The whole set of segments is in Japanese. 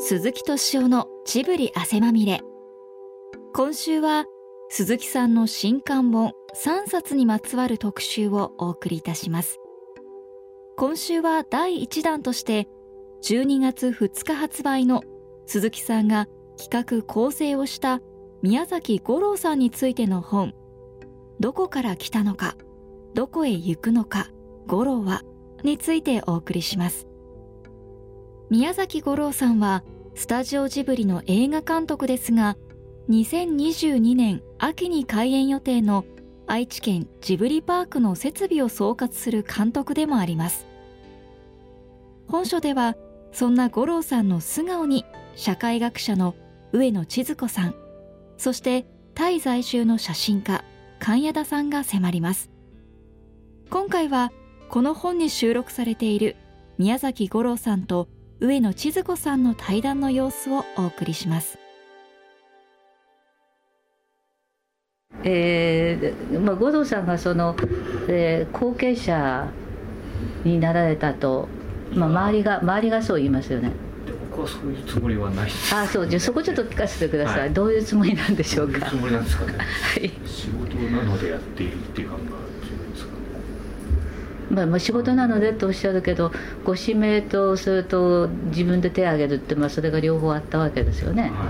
鈴木敏夫のジブリ汗まみれ。今週は鈴木さんの新刊本3冊にまつわる特集をお送りいたします。今週は第1弾として12月2日発売の鈴木さんが企画構成をした宮崎吾朗さんについての本、どこから来たのか、どこへ行くのか、吾朗はについてお送りします。宮崎吾朗さんはスタジオジブリの映画監督ですが、2022年秋に開園予定の愛知県ジブリパークの設備を総括する監督でもあります。本書ではそんな吾朗さんの素顔に社会学者の上野千鶴子さん、そしてタイ在住の写真家菅谷田さんが迫ります。今回はこの本に収録されている宮崎吾朗さんと上野千鶴子さんの対談の様子をお送りします。 吾朗さんが後継者になられたと、周りがそう言いますよね。 僕はそういうつもりはないです。 そう、じゃあそこちょっと聞かせてください。はい、どういうつもりなんでしょうか。 どういうつもりなんですかね。 はい、 仕事なのでやっているっていう感が強いですかね。 仕事なのでとおっしゃるけど、ご指名とそれと自分で手を挙げるって、それが両方あったわけですよね。はい、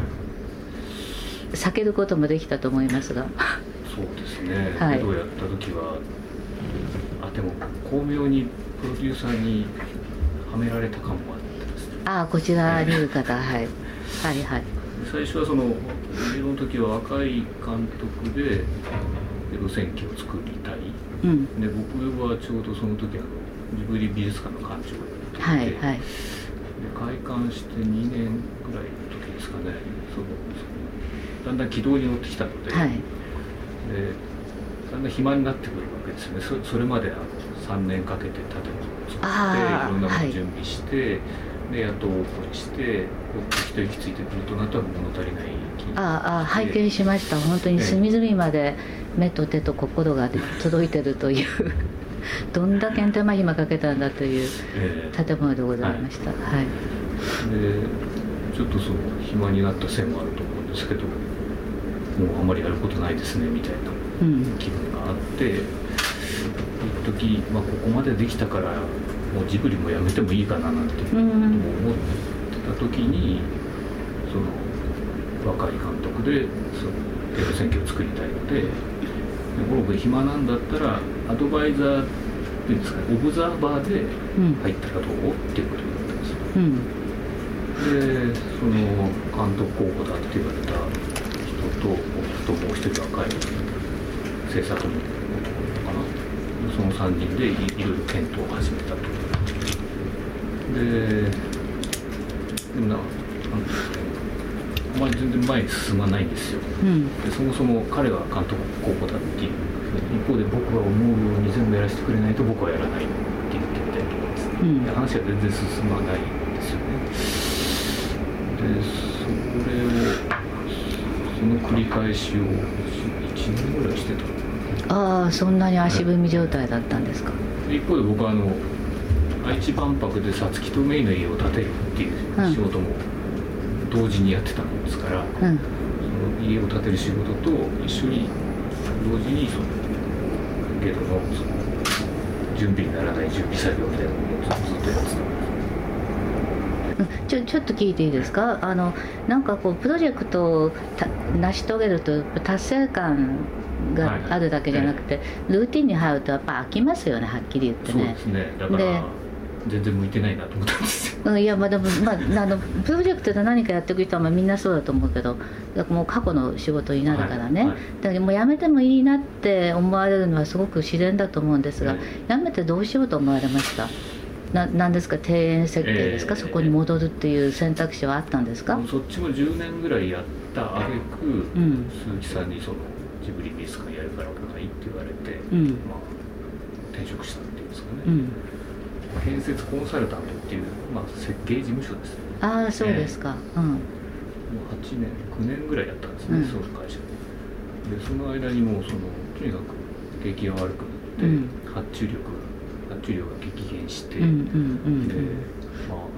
避けることもできたと思いますが。 そうですね。 はい、 けどやった時はでも巧妙にプロデューサーにはめられた感もあってですね。 こちらにいる方、はいはいはい。 最初は自分の時は若い監督で路線記を作りたい。で僕はちょうどその時ジブリ美術館の館長をやっていて、はいはい、で開館して2年ぐらいの時ですかね。だんだん軌道に乗ってきたので、はい、でだんだん暇になってくるわけですよね。それまで3年かけて建物を作っていろんなものを準備して、はい、でやっとオープンして一息ついてくるとなんとなく物足りない気に拝見しました。本当に隅々まで目と手と心が届いてるというどんだけ手間暇かけたんだという建物でございました。はい、 でちょっと暇になったせいもあると思うんですけど、もうあんまりやることないですねみたいな気分があって、一時ここまでできたからもうジブリもやめてもいいかななんて思ってた時に、若い監督でテロ選挙を作りたいので、僕暇なんだったらアドバイザーっていうんですかね、オブザーバーで入ったらどうっていうことになったんですよ。で監督候補だって言われた人ともう一人若い制作の男かな、その3人でいろいろ検討を始めたと。でもなんですかね、あまり全然前に進まないんですよ。でそもそも彼は監督候補だっていう、一方で僕が思うように全部やらせてくれないと僕はやらないって言ってみたいと思うんですね。で話は全然進まないんですよね。でその繰り返しを1年ぐらいしてた。 そんなに足踏み状態だったんですか。 一方で僕は愛知万博でサツキとメイの家を建てるっていう仕事も同時にやってたもんですから、その家を建てる仕事と一緒に同時にゲドの準備にならない準備作業みたいなのをずっとやってた。 ちょっと聞いていいですか。なんかプロジェクトを成し遂げると達成感があるだけじゃなくて、ルーティンに入るとやっぱ飽きますよね、はっきり言ってね。 そうですね。だから全然向いてないなと思ったんですよ。 いやでもプロジェクトで何かやっていく人はみんなそうだと思うけど、もう過去の仕事になるからね、だからもうやめてもいいなって思われるのはすごく自然だと思うんですが、やめてどうしようと思われました。なんですか、庭園設計ですか、そこに戻るっていう選択肢はあったんですか。 そっちも10年ぐらいやった挙句、鈴木さんにジブリ美術館やるからお願いって言われて、転職したっていうんですかね。建設コンサルタントっていう、設計事務所ですね。 そうですか。もう 8年9年ぐらいやったんですね、その会社で。その間にもうとにかく景気が悪くなって、発注量が激減して、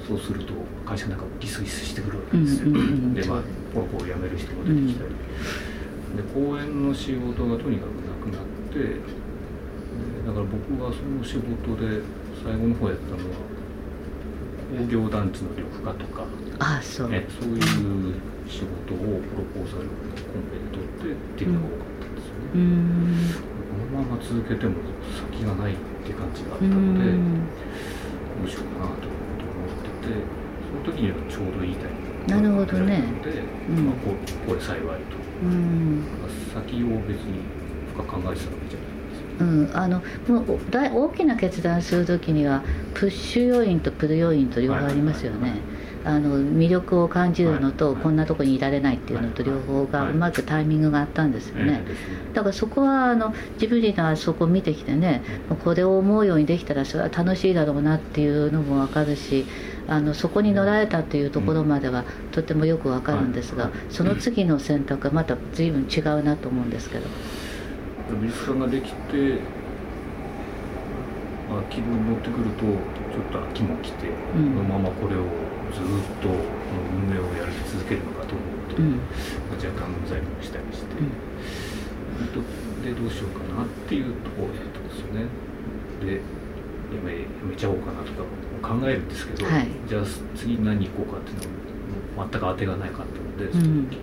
そうすると会社なんかもギスギスしてくるわけですよ。でポロポロ辞める人も出てきたり、で講演の仕事がとにかくなくなって、だから僕がその仕事で最後の方やったのは工業団地の緑化とか、そういう仕事をプロポーザルのコンペで取ってっていうのが多かったんですよね。このまま続けても先がないって感じがあったので、どうしようかなと思ってて、その時にはちょうどいいタイミングなるほどね。 これ幸いと。先を別に深く考えてたわけじゃない。 もう大きな決断するときにはプッシュ要因とプル要因と両方ありますよね。魅力を感じるのと、こんなとこにいられないっていうのと両方がうまくタイミングがあったんですよね。だからそこはジブリがそこを見てきてね、これを思うようにできたらそれは楽しいだろうなっていうのも分かるし、そこに乗られたっていうところまではとてもよく分かるんですが、その次の選択はまた随分違うなと思うんですけど。 美術館ができて、気分に乗ってくるとちょっと飽きもきて、このままこれをずっと運命をやり続けるのかと思うと、若干うざいもしたりして、でどうしようかなっていうところだったんですよね。でやめちゃおうかなとか考えるんですけど、じゃあ次何行こうかっていうのは全く当てがないかったので、その時、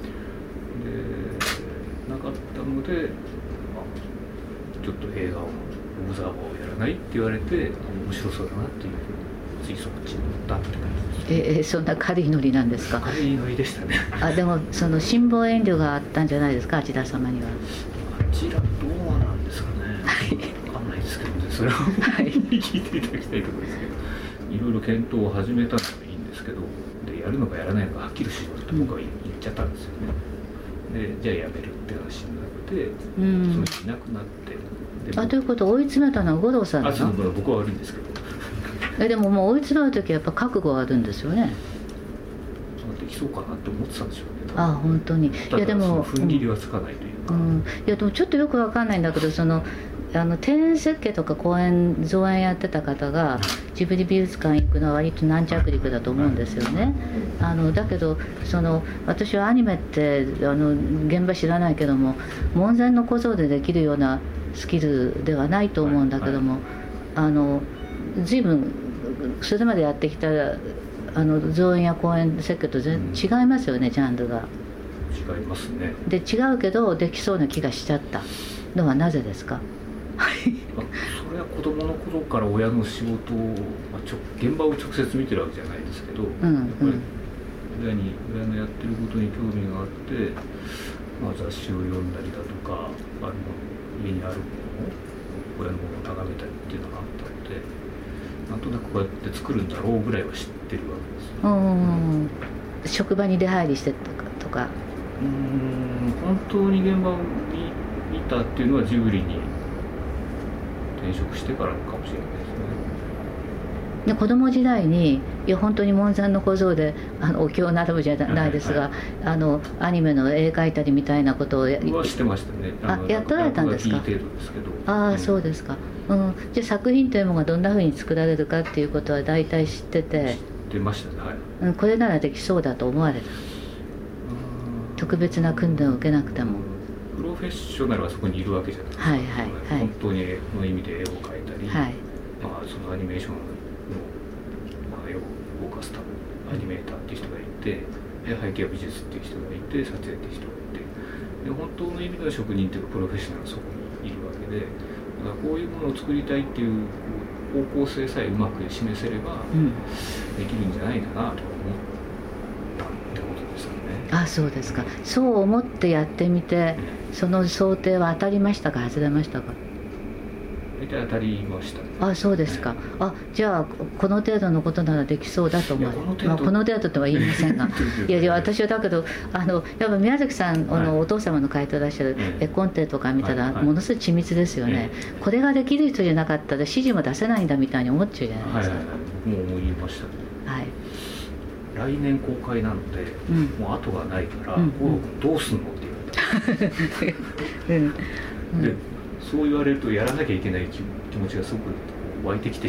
なかったので、ちょっと映画をオブザーバーをやらないって言われて、面白そうだなっていうふうについそっちに乗ったって感じです。 そんな軽いノリなんですか？ 軽いノリでしたね。 でもその辛抱遠慮があったんじゃないですか、町田様には。 あちらどうなんですかね。分かんないですけどね、それを聞いていただきたいところですけど、いろいろ検討を始めたのがいいんですけど、でやるのかやらないのかはっきりしろって僕は言っちゃったんですよね。でじゃあやめるって話になって、その日いなくなって。 ということは追い詰めたのは五郎さんなの？ 僕は悪いんですけど。 でももう追い詰める時はやっぱ覚悟があるんですよね。 できそうかなって思ってたんでしょうね。 本当に。いやでも踏ん切りはつかないというか。 いやでもちょっとよくわかんないんだけど、庭園設計とか造園やってた方がジブリ美術館行くのは割と軟着陸だと思うんですよね。だけど私はアニメって現場知らないけども、門前の小僧でできるようなスキルではないと思うんだけども、随分それまでやってきた造園や公園設計と全然違いますよね、ジャンルが。 違いますね。 で違うけどできそうな気がしちゃったのはなぜですか？ それは子供の頃から親の仕事を、現場を直接見てるわけじゃないですけど、やっぱり親のやってることに興味があって、雑誌を読んだりだとか、家にあるものを親のものを眺めたりっていうのがあったので、なんとなくこうやって作るんだろうぐらいは知ってるわけです。 職場に出入りしてとか。 本当に現場を見たっていうのはジブリに転職してからかもしれないですね。 で子供時代に本当に門前の小僧でお経を習うじゃないですが、アニメの絵描いたりみたいなことをしてましたね。 やってられたんですか？ 程度ですけど。 そうですか。じゃあ作品というものがどんなふうに作られるかっていうことは大体知ってて。 知ってましたね。 これならできそうだと思われた。特別な訓練を受けなくても。 プロフェッショナルはそこにいるわけじゃないですか。本当にの意味で絵を描いたり、そのアニメーションの絵を動かすためアニメーターっていう人がいて、背景美術っていう人がいて、撮影っていう人がいて、で本当の意味での職人というかプロフェッショナルはそこにいるわけで、だからこういうものを作りたいっていう方向性さえうまく示せればできるんじゃないかなと思ったってことですよね。 そうですか。そう思ってやってみて、その想定は当たりましたか、外れましたか？ 大体当たりましたね。 そうですか。じゃあこの程度のことならできそうだと思う。この程度とは言いませんがいや私はだけどやっぱ宮崎さんお父様の書いてらっしゃる絵コンテとか見たらものすごい緻密ですよね。これができる人じゃなかったら指示も出せないんだみたいに思っちゃうじゃないですか。 もう思いましたね。来年公開なので、もう後がないから「五郎君どうすんの?」って言われたでそう言われるとやらなきゃいけない気持ちがすごく湧いてきてしまう。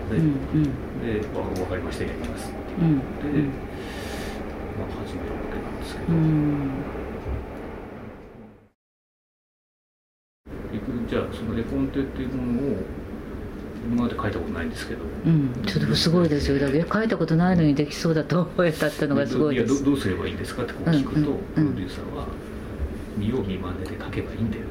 で、で分かりました、やりますって言って、始めるわけなんですけど、じゃあその絵コンテっていうものを今まで書いたことないんですけど、 ちょっとすごいですよ。だから書いたことないのにできそうだと思えたっていうのがすごいです。 どうすればいいんですかってこう聞くと、プロデューサーは見よう見まねで書けばいいんだよって。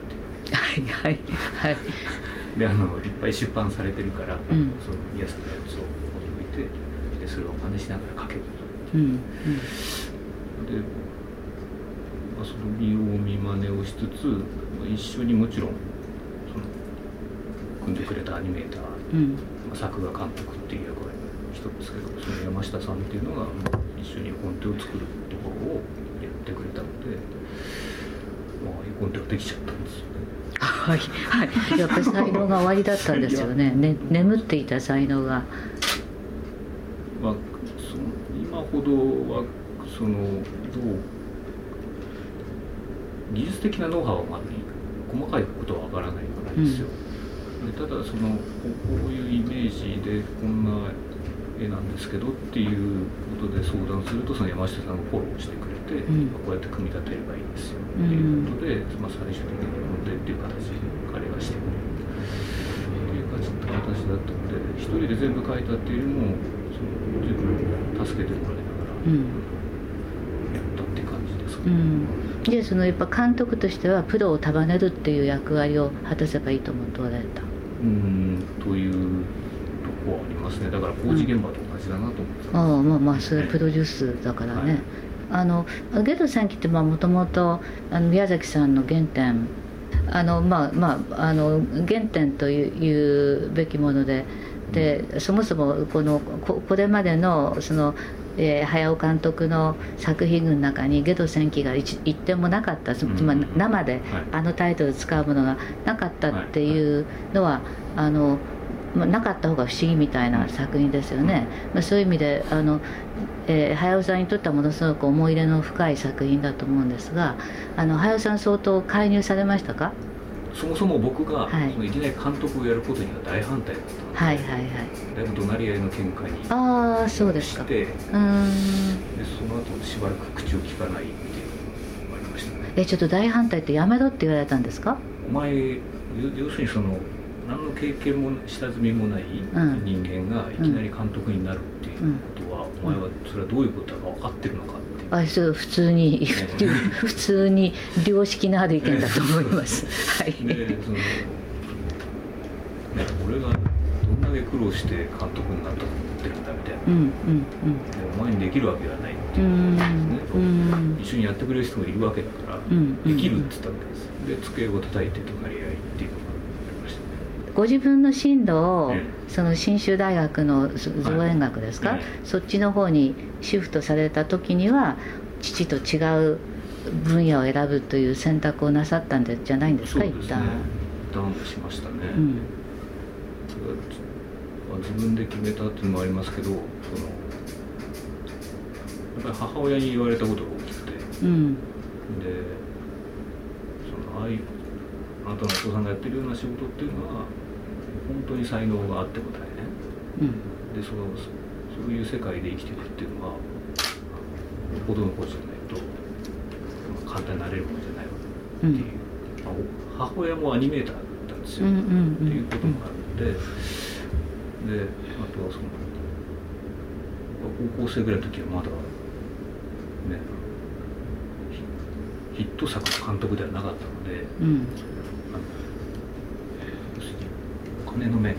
はいはいはい。 でいっぱい出版されてるから、その宮さんのやつを置いて、でそれを真似しながら書けると。で、その見よう見まねをしつつ、一緒にもちろんその組んでくれたアニメーター、作画監督っていう役割の人ですけど、その山下さんっていうのが一緒に絵コンテを作るところをやってくれたので、絵コンテができちゃったんですよね。 はいはい、やっぱり才能が終わりだったんですよね。眠っていた才能が。 今ほどは技術的なノウハウはまだ細かいことはわからないからですよ。でただこういうイメージでこんな絵なんですけどっていうことで相談すると、その山下さんがフォローしてくれて、こうやって組み立てればいいんですよっていうことで、最終的にコンテっていう形で彼がしてくれるっていう形だったので、一人で全部描いたっていうよりも自分を助けてもらいながらやったっていう感じですかね。 でやっぱ監督としてはプロを束ねるっていう役割を果たせばいいと思っておられたというとこはありますね。だから工事現場と同じだなと思ってます。 それプロデュースだからね。ゲド戦記ってもともと宮崎さんの原点原点というべきもので、そもそもこれまでの早尾監督の作品群の中にゲド戦記が一点もなかった、生でタイトル使うものがなかったっていうのはなかった方が不思議みたいな作品ですよね。そういう意味で早尾さんにとってはものすごく思い入れの深い作品だと思うんですが、早尾さん相当介入されましたか？ そもそも僕がいきなり監督をやることには大反対だったので、だいぶ怒鳴り合いの喧嘩にそうですか。 でその後しばらく口を聞かないっていうのがありましたね。 ちょっと大反対ってやめろって言われたんですか？ お前要するに何の経験も下積みもない人間がいきなり監督になるっていうことは、お前はそれはどういうことだか分かってるのかっていう。 普通に良識のある意見だと思います。はい。 俺がどんだけ苦労して監督になったと思ってるんだみたいな。お前にできるわけがないっていうことですね。一緒にやってくれる人もいるわけだから、できるって言ったわけです。で机を叩いて怒鳴り合いっていうのが。 ご自分の進路を信州大学の造園学ですか、そっちの方にシフトされた時には父と違う分野を選ぶという選択をなさったんじゃないんですか？ そうですね、一旦しましたね。自分で決めたっていうのもありますけど、やっぱり母親に言われたことが大きくて、であなたのお父さんがやってるような仕事っていうのは本当に才能があっても大変、でそういう世界で生きていくっていうのはほどのことじゃないと簡単になれるものじゃないわけっていう、母親もアニメーターだったんですよ、っていうこともあるので、あとは高校生ぐらいの時はまだねヒット作の監督ではなかったので、お金の面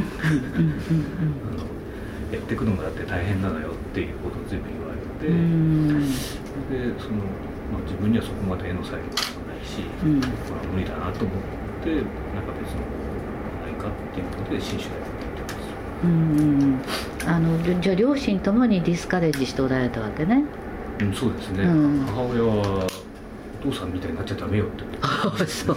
やっていくのもだって大変なのよっていうことを全部言われて、で自分にはそこまで絵の才能がないし、これは無理だなと思ってなんか別のないかっていうことで新種大学に行ってます。 じゃあ両親ともにディスカレッジしておられたわけね。 そうですね、母親はお父さんみたいになっちゃダメよって。 そう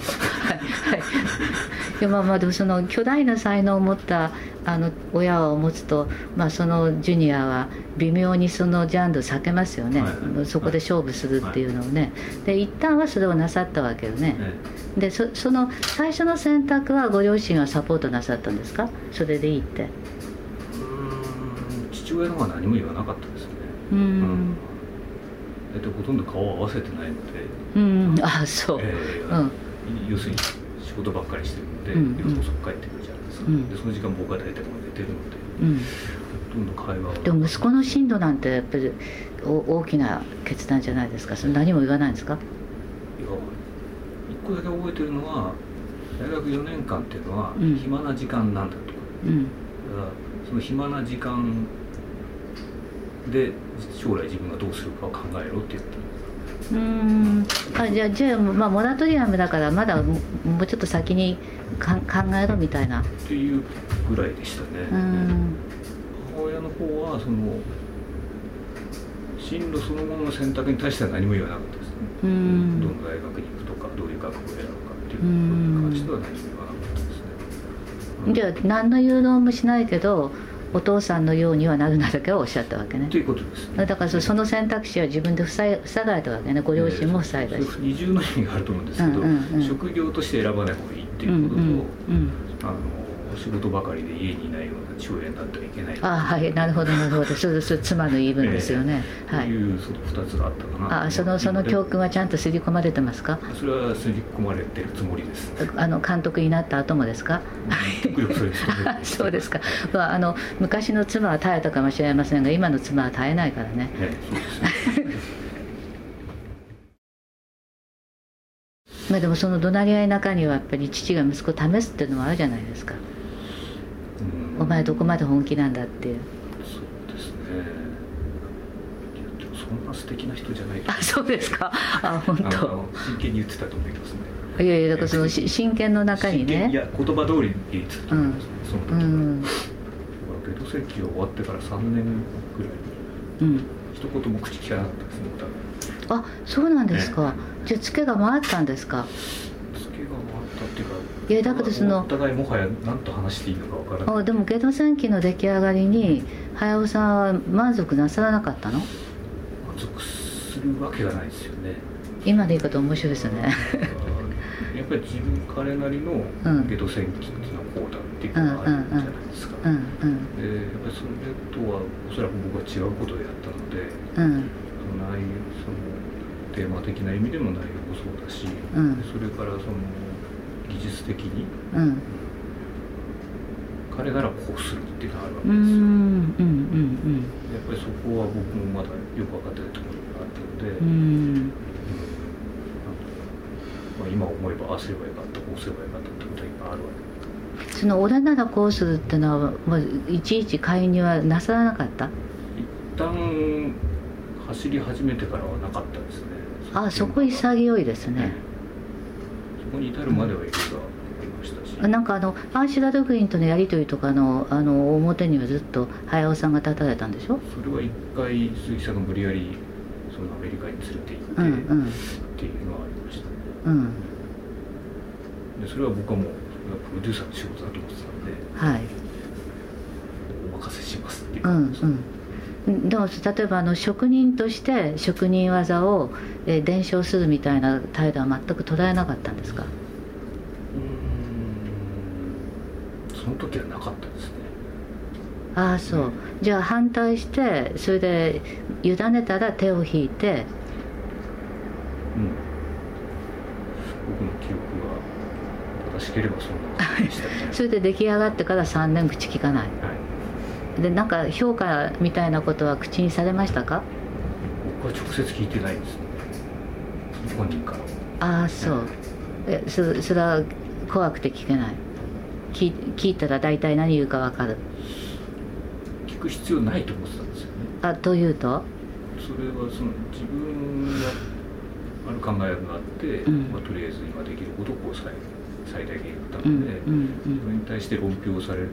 でも巨大な才能を持った親を持つと、そのジュニアは微妙にそのジャンル避けますよね、そこで勝負するっていうのをね、で一旦はそれをなさったわけよね、でその最初の選択はご両親はサポートなさったんですか？それでいいって。 父親の方は何も言わなかったですね。大体ほとんど顔を合わせてないので、 ああそう、 要するに仕事ばっかりしてるので、夜遅く帰ってくるじゃないですか、でその時間僕は大体もう寝てるので、ほとんど会話は。 でも息子の進路なんてやっぱり大きな決断じゃないですか。それ何も言わないんですか？いや、 一個だけ覚えてるのは、大学4年間っていうのは暇な時間なんだとか、だからその暇な時間で将来自分がどうするかを考えろって言った。 じゃあ、まあ、モラトリアムだからまだもうちょっと先に考えろみたいなっていうぐらいでしたね。母親の方はその進路そのものの選択に対しては何も言わなかったですね。どの大学に行くとかどういう学部を選ぶかっていうことに関しては何も言わなかったですね。 じゃあ何の誘導もしないけどお父さんのようにはなるなだけはおっしゃったわけね。 ということですね。 だからその選択肢は自分で塞がれたわけね。ご両親も塞いだし。 二重の意味があると思うんですけど、職業として選ばない方がいいっていうことと、仕事ばかりで家にいないような父親になってはいけない。 はい、なるほどなるほど。それ妻の言い分ですよね。 はい。というその2つがあったかな。 その教訓はちゃんと刷り込まれてますか？ それは刷り込まれてるつもりです。 監督になった後もですか？そうですか。昔の妻は耐えたかもしれませんが、今の妻は耐えないからね。そうですね。まあでもその怒鳴り合いの中にはやっぱり父が息子を試すっていうのもあるじゃないですか。お前どこまで本気なんだっていう。 そうですね。でもそんな素敵な人じゃないと。 そうですか。本当。 真剣に言ってたと思いますね。 いやだからその真剣の中にね。 いや言葉通りに言ってたと思いますね。その時は。ベト戦記が終わってから3年ぐらい。一言も口聞かなかったですね。 そうなんですか。じゃあツケが回ったんですか？ ツケが回ったっていうか、 いやだけどお互いもはや何と話していいのかわからない。 でもゲド戦記の出来上がりに駿さんは満足なさらなかったの？満足するわけがないですよね。 今で言い方面白いですね。 やっぱり自分彼なりのゲド戦記っていうのはこうだっていうのがあるんじゃないですか。でやっぱりそれとはおそらく僕は違うことをやったので、そのテーマ的な意味でも内容もそうだし、それからその技術的に、彼ならこうするっていうのがあるわけですよ。やっぱりそこは僕もまだよく分かってないところがあったので、今思えばああすればよかったこうすればよかったってことが今あるわけです。 その俺ならこうするっていうのはもういちいち介入はなさらなかった？ 一旦走り始めてからはなかったですね。 そこ潔いですね。 そこに至るまではいろいろありましたし、 なんかアーシュラ・ルグリンとのやり取りとかの表にはずっと駿さんが立たれたんでしょ？ それは一回鈴木さんが無理やりそのアメリカに連れて行って、っていうのはありましたね。でそれは僕はもうプロデューサーの仕事だと思ってたので、お任せしますっていう感じでした。 でも例えば職人として職人技を伝承するみたいな態度は全く捉えなかったんですか？ その時はなかったですね。 そう。じゃあ反対してそれで委ねたら手を引いて。 僕の記憶が正しければそんな感じでしたね。 それで出来上がってから3年口聞かない。でなんか評価みたいなことは口にされましたか？ 僕は直接聞いてないですね、本人から。 そう。それは怖くて聞けない？聞いたら大体何言うか分かる？ 聞く必要ないと思ってたんですよね。 というと？それはその自分がある考えがあって、とりあえず今できることをこう最大限やったので、それに対して論評さ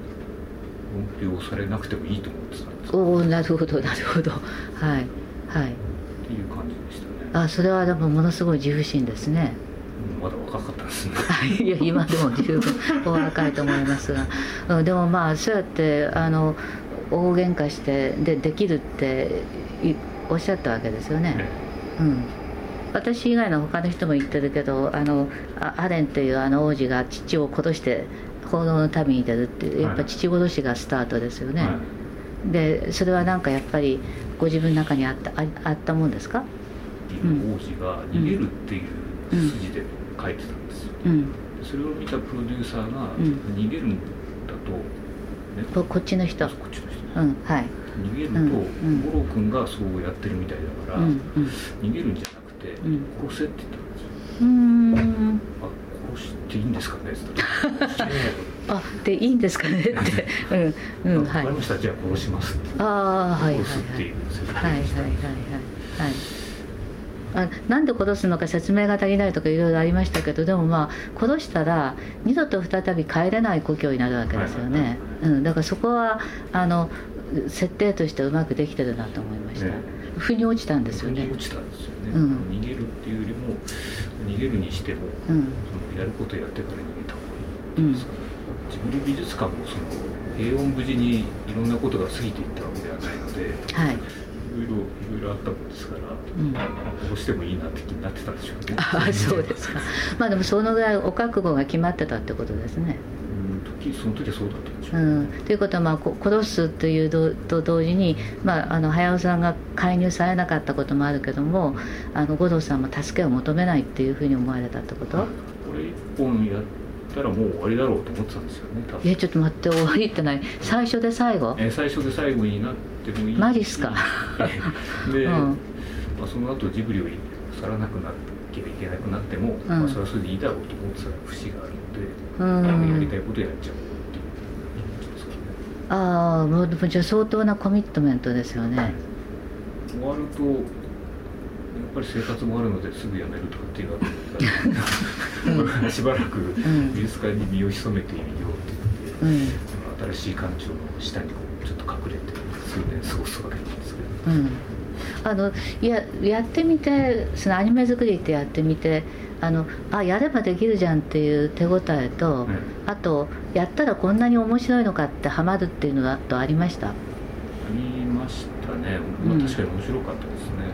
れなくてもいいと思ってたんです。 なるほどなるほど。はいっていう感じでしたね。 それはでもものすごい自負心ですね。 まだ若かったですね。 いや今でも十分お若いと思いますが、でもそうやって大喧嘩してできるっておっしゃったわけですよね。私以外の他の人も言ってるけど、アレンという王子が父を殺して報道の旅に出るっていう、やっぱ父殺しがスタートですよね。 でそれはなんかやっぱりご自分の中にあったもんですか？ 王子が逃げるっていう筋で書いてたんですよ、それを見たプロデューサーが、逃げるんだと、 こっちの人、 こっちの人、 はい、 逃げると、五郎君がそうやってるみたいだから、逃げるんじゃなくて、殺せって言ったんですよ。殺していいんですかねって言ったらでいいんですかねって分かりました、じゃあ殺しますって、殺すっていう設定でした。 なんで殺すのか説明が足りないとかいろいろありましたけど、でも殺したら二度と再び帰れない故郷になるわけですよね。だからそこは設定としてうまくできてるなと思いました。腑に落ちたんですよね。 腑に落ちたんですよね。逃げるっていうよりも逃げるにしても、やることやってから逃げた方がいいですか。ジブリ美術館も平穏無事にいろんなことが過ぎていったわけではないので、いろいろあったもんですから、殺してもいいなって気になってたんでしょうね。 そうですか。でもそのぐらいお覚悟が決まってたってことですね。 その時はそうだったんでしょうね。 ということは、殺すというと同時に、早尾さんが介入されなかったこともあるけども、五郎さんも助けを求めないっていうふうに思われたってこと？ これ一本やったらもう終わりだろうと思ってたんですよね、多分。 ちょっと待って、終わりってない、最初で最後？ 最初で最後になってもいいし、 マジっすか。 で、その後ジブリを去らなくなきゃいけなくなっても、それはそれでいいだろうと思ってたら節があるので、やりたいことやっちゃおうっていう感じですかね。 もうじゃあ相当なコミットメントですよね。 終わるとやっぱり生活もあるのですぐ辞めるとかっていうわけでしばらく美術館に身を潜めているよって言って、新しい館長の下にちょっと隠れて数年過ごすわけなんですけど、 やってみて、そのアニメ作りってやってみて、やればできるじゃんっていう手応えと、あとやったらこんなに面白いのかってハマるっていうのがありました？ ありましたね。確かに面白かったですね。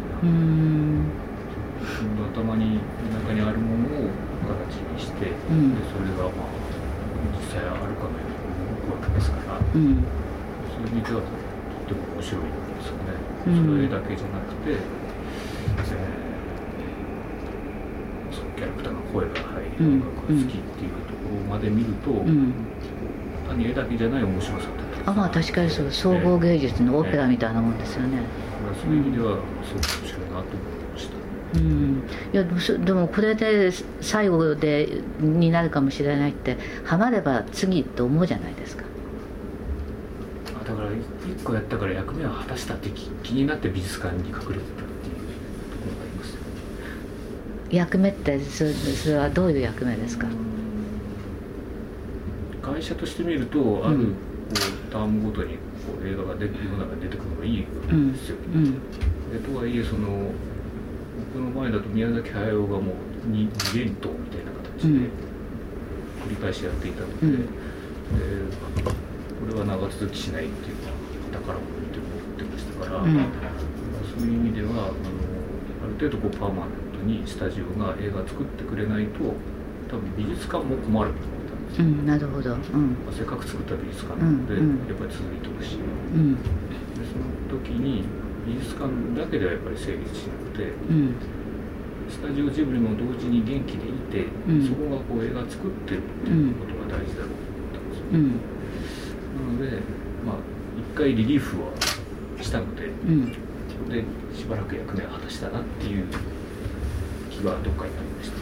頭に中にあるものを形にして、でそれが実際あるかのように動くわけですから、そういう意味ではとっても面白いんですよね。それだけじゃなくて、そのキャラクターの声が入る音楽が好きっていうところまで見ると、単に絵だけじゃない面白さって確かにそう、総合芸術のオペラみたいなもんですよね。 そういう意味ではすごく面白いなと思いました。 いやでもこれで最後になるかもしれないってハマれば次と思うじゃないですか。 だから1個やったから役目は果たしたって気になって美術館に隠れてたっていうところがありますよね。 役目ってそれはどういう役目ですか？ 会社として見るとあるタームごとに映画が世の中に出てくるのがいいわけですよ。でとはいえ僕の前だと宮崎駿がもう2連投みたいな形で繰り返しやっていたので、これは長続きしないっていうのは宝物に思ってましたから、そういう意味ではある程度パーマネントにスタジオが映画作ってくれないと多分美術館も困ると思ったんですよ。 なるほど。 せっかく作った美術館なので、やっぱり続いてほしい。でその時に美術館だけではやっぱり成立しなくて、スタジオジブリも同時に元気でいて、そこが映画作ってるっていうことが大事だろうと思ったんですよ。なので一回リリーフはしたので、でしばらく役目を果たしたなっていう気はどっかにありました。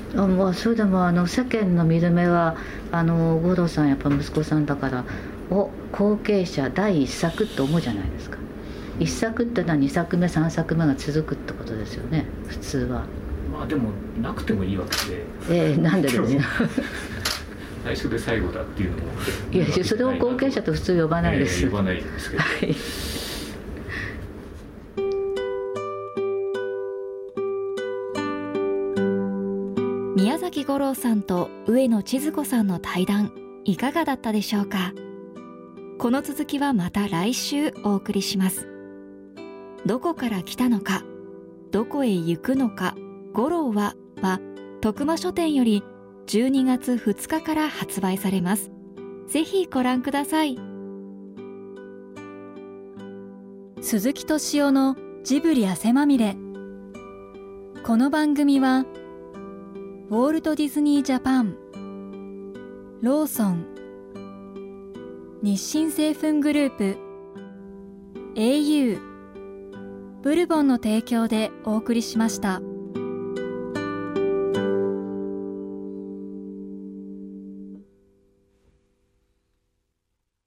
それでも世間の見る目は五郎さんやっぱ息子さんだから後継者第一作って思うじゃないですか。1作ってのは2作目3作目が続くってことですよね、普通は。 でもなくてもいいわけで。 なんでですか？ 最初で最後だっていうのもいやそれを後継者と普通呼ばないです。 呼ばないですけど、 宮崎吾朗さんと上野千鶴子さんの対談いかがだったでしょうか。この続きはまた来週お送りします。どこから来たのか、どこへ行くのか、吾朗は徳間書店より12月2日から発売されます。ぜひご覧ください。 鈴木敏夫のジブリ汗まみれ。この番組はウォルト・ディズニー・ジャパン、ローソン、日清製粉グループ、au、ブルボンの提供でお送りしました。